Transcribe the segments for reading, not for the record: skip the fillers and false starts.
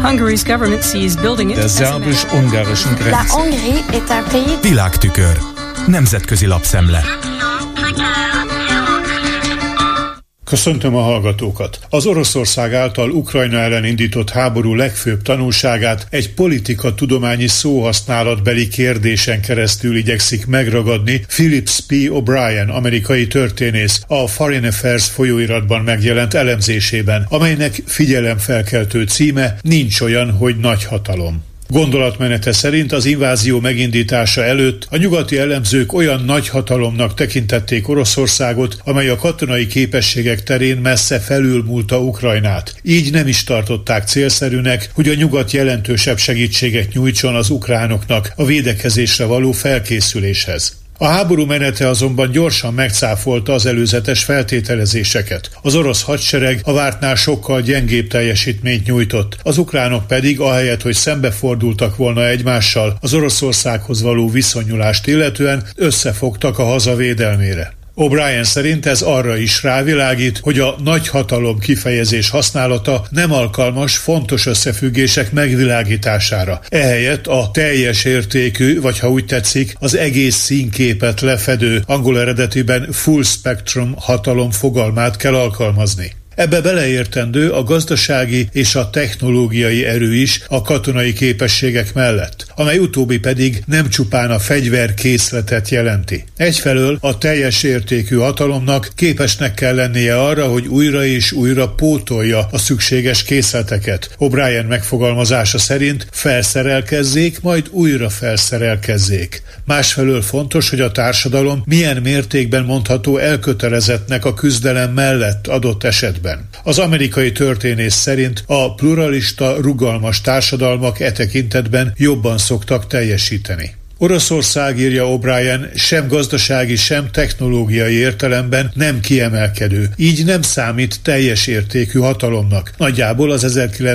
der szerbus-ungarischen Grenze. Világtükör. Nemzetközi lapszemle. Köszöntöm a hallgatókat! Az Oroszország által Ukrajna ellen indított háború legfőbb tanulságát egy politikatudományi szóhasználatbeli kérdésen keresztül igyekszik megragadni Phillips P. O'Brien, amerikai történész, a Foreign Affairs folyóiratban megjelent elemzésében, amelynek figyelemfelkeltő címe Nincs olyan, hogy nagyhatalom. Gondolatmenete szerint az invázió megindítása előtt a nyugati elemzők olyan nagyhatalomnak tekintették Oroszországot, amely a katonai képességek terén messze felülmúlta Ukrajnát. Így nem is tartották célszerűnek, hogy a nyugat jelentősebb segítséget nyújtson az ukránoknak a védekezésre való felkészüléshez. A háború menete azonban gyorsan megcáfolta az előzetes feltételezéseket. Az orosz hadsereg a vártnál sokkal gyengébb teljesítményt nyújtott, az ukránok pedig ahelyett, hogy szembefordultak volna egymással, az Oroszországhoz való viszonyulást illetően összefogtak a haza védelmére. O'Brien szerint ez arra is rávilágít, hogy a nagyhatalom kifejezés használata nem alkalmas fontos összefüggések megvilágítására. Ehelyett a teljes értékű, vagy ha úgy tetszik, az egész színképet lefedő, angol eredetiben full spectrum hatalom fogalmát kell alkalmazni. Ebbe beleértendő a gazdasági és a technológiai erő is a katonai képességek mellett, amely utóbbi pedig nem csupán a fegyverkészletet jelenti. Egyfelől a teljes értékű hatalomnak képesnek kell lennie arra, hogy újra és újra pótolja a szükséges készleteket. O'Brien megfogalmazása szerint felszerelkezzék, majd újra felszerelkezzék. Másfelől fontos, hogy a társadalom milyen mértékben mondható elkötelezettnek a küzdelem mellett adott esetben. Az amerikai történész szerint a pluralista, rugalmas társadalmak e tekintetben jobban szoktak teljesíteni. Oroszország, írja O'Brien, sem gazdasági, sem technológiai értelemben nem kiemelkedő, így nem számít teljes értékű hatalomnak, nagyjából az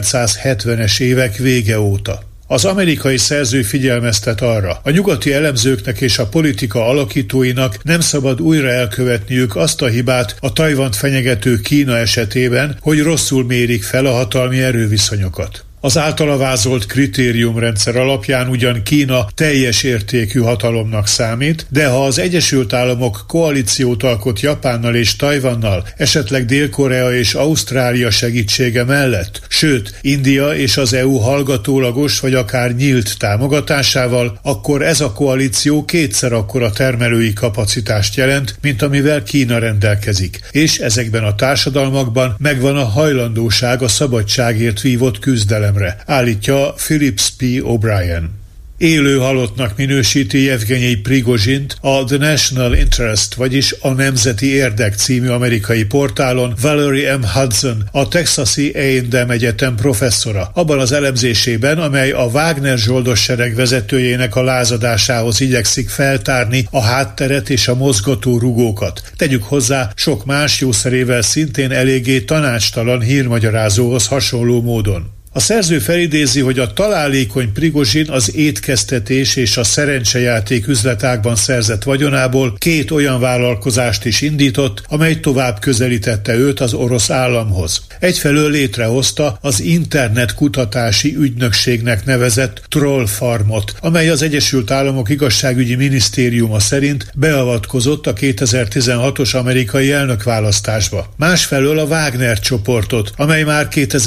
1970-es évek vége óta. Az amerikai szerző figyelmeztet arra, a nyugati elemzőknek és a politika alakítóinak nem szabad újra elkövetniük azt a hibát a Tajvant fenyegető Kína esetében, hogy rosszul mérik fel a hatalmi erőviszonyokat. Az általa vázolt kritériumrendszer alapján ugyan Kína teljes értékű hatalomnak számít, de ha az Egyesült Államok koalíciót alkot Japánnal és Tajvannal, esetleg Dél-Korea és Ausztrália segítsége mellett, sőt, India és az EU hallgatólagos vagy akár nyílt támogatásával, akkor ez a koalíció kétszer akkora termelői kapacitást jelent, mint amivel Kína rendelkezik, és ezekben a társadalmakban megvan a hajlandóság a szabadságért vívott küzdelem, állítja Phillips P. O'Brien. Élő halottnak minősíti Jevgenyi Prigozsint a The National Interest, vagyis a Nemzeti Érdek című amerikai portálon Valerie M. Hudson, a Texasi A&M Egyetem professzora, abban az elemzésében, amely a Wagner zsoldossereg vezetőjének a lázadásához igyekszik feltárni a hátteret és a mozgató rugókat. Tegyük hozzá sok más jószerével szintén eléggé tanácstalan hírmagyarázóhoz hasonló módon. A szerző felidézi, hogy a találékony Prigozsin az étkeztetés és a szerencsejáték üzletágban szerzett vagyonából két olyan vállalkozást is indított, amely tovább közelítette őt az orosz államhoz. Egyfelől létrehozta az internet kutatási ügynökségnek nevezett Troll Farmot, amely az Egyesült Államok igazságügyi minisztériuma szerint beavatkozott a 2016-os amerikai elnökválasztásba. Másfelől a Wagner csoportot, amely már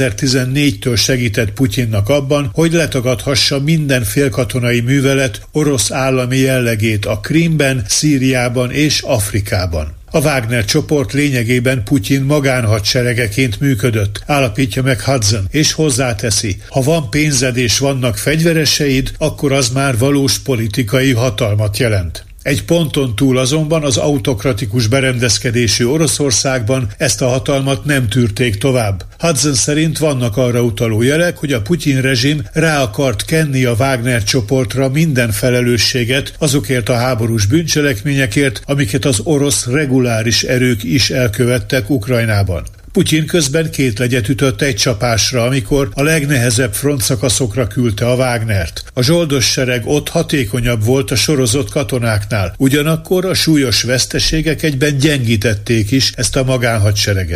2014-től segített Putyinnak abban, hogy letagadhassa minden félkatonai művelet orosz állami jellegét a Krímben, Szíriában és Afrikában. A Wagner csoport lényegében Putyin magánhadseregeként működött, állapítja meg Hudson, és hozzáteszi, ha van pénzed és vannak fegyvereseid, akkor az már valós politikai hatalmat jelent. Egy ponton túl azonban az autokratikus berendezkedésű Oroszországban ezt a hatalmat nem tűrték tovább. Hudson szerint vannak arra utaló jelek, hogy a Putyin rezsim rá akart kenni a Wagner csoportra minden felelősséget azokért a háborús bűncselekményekért, amiket az orosz reguláris erők is elkövettek Ukrajnában. Putyin közben két legyet ütött egy csapásra, amikor a legnehezebb frontszakaszokra küldte a Wagnert. A zsoldos sereg ott hatékonyabb volt a sorozott katonáknál, ugyanakkor a súlyos veszteségek egyben gyengítették is ezt a magánhadsereget.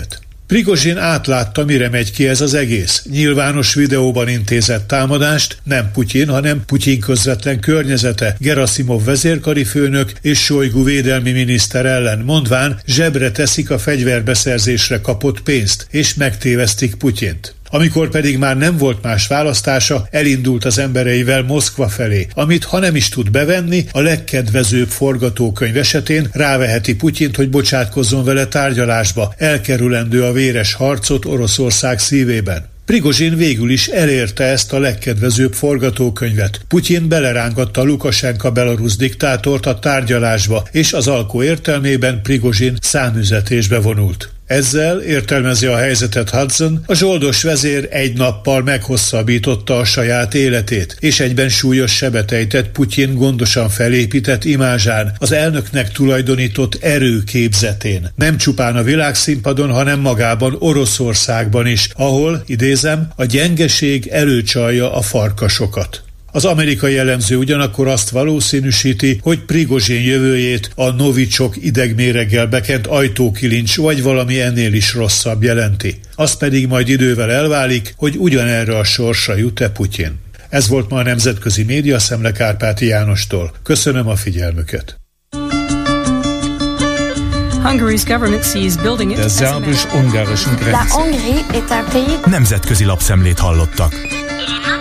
Prigozsin átlátta, mire megy ki ez az egész. Nyilvános videóban intézett támadást nem Putyin, hanem Putyin közvetlen környezete, Gerasimov vezérkari főnök és Sojgu védelmi miniszter ellen, mondván zsebre teszik a fegyverbeszerzésre kapott pénzt, és megtévesztik Putyint. Amikor pedig már nem volt más választása, elindult az embereivel Moszkva felé, amit ha nem is tud bevenni, a legkedvezőbb forgatókönyv esetén ráveheti Putyint, hogy bocsátkozzon vele tárgyalásba, elkerülendő a véres harcot Oroszország szívében. Prigozsin végül is elérte ezt a legkedvezőbb forgatókönyvet. Putyin belerángatta Lukasenka belarusz diktátort a tárgyalásba, és az alkó értelmében Prigozsin számüzetésbe vonult. Ezzel, értelmezi a helyzetet Hudson, a zsoldos vezér egy nappal meghosszabbította a saját életét, és egyben súlyos sebet ejtett Putyin gondosan felépített imázsán, az elnöknek tulajdonított erőképzetén. Nem csupán a világszínpadon, hanem magában Oroszországban is, ahol, idézem, a gyengeség előcsalja a farkasokat. Az amerikai elemző ugyanakkor azt valószínűsíti, hogy Prigozsin jövőjét a novicsok idegméreggel bekent ajtókilincs vagy valami ennél is rosszabb jelenti. Az pedig majd idővel elválik, hogy ugyanerre a sorsa jut-e Putyin. Ez volt ma a Nemzetközi Média Szemle Kárpáti Jánostól. Köszönöm a figyelmüket. Der szerbus-ungarischen Grenze. Nemzetközi lapszemlét hallottak.